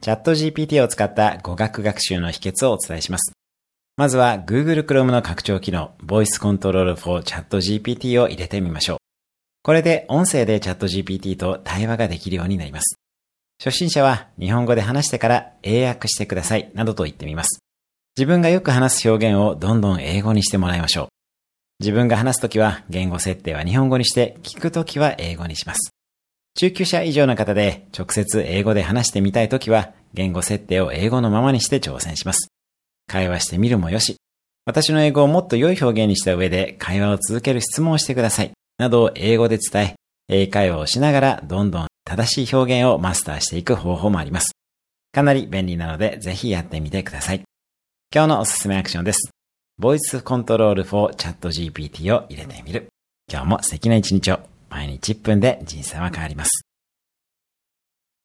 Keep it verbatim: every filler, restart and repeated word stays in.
チャット ジーピーティー を使った語学学習の秘訣をお伝えします。まずは Google Chrome の拡張機能 Voice Control for チャット ジーピーティー を入れてみましょう。これで音声でチャット ジーピーティー と対話ができるようになります。初心者は日本語で話してから英訳してくださいなどと言ってみます。自分がよく話す表現をどんどん英語にしてもらいましょう。自分が話すときは言語設定は日本語にして聞くときは英語にします。中級者以上の方で直接英語で話してみたいときは言語設定を英語のままにして挑戦します。会話してみるもよし、私の英語をもっと良い表現にした上で会話を続ける質問をしてくださいなどを英語で伝え、英会話をしながらどんどん正しい表現をマスターしていく方法もあります。かなり便利なのでぜひやってみてください。今日のおすすめアクションです。Voice Control for チャット ジーピーティー を入れてみる。今日も素敵な一日を。毎日いっぷんで人生は変わります。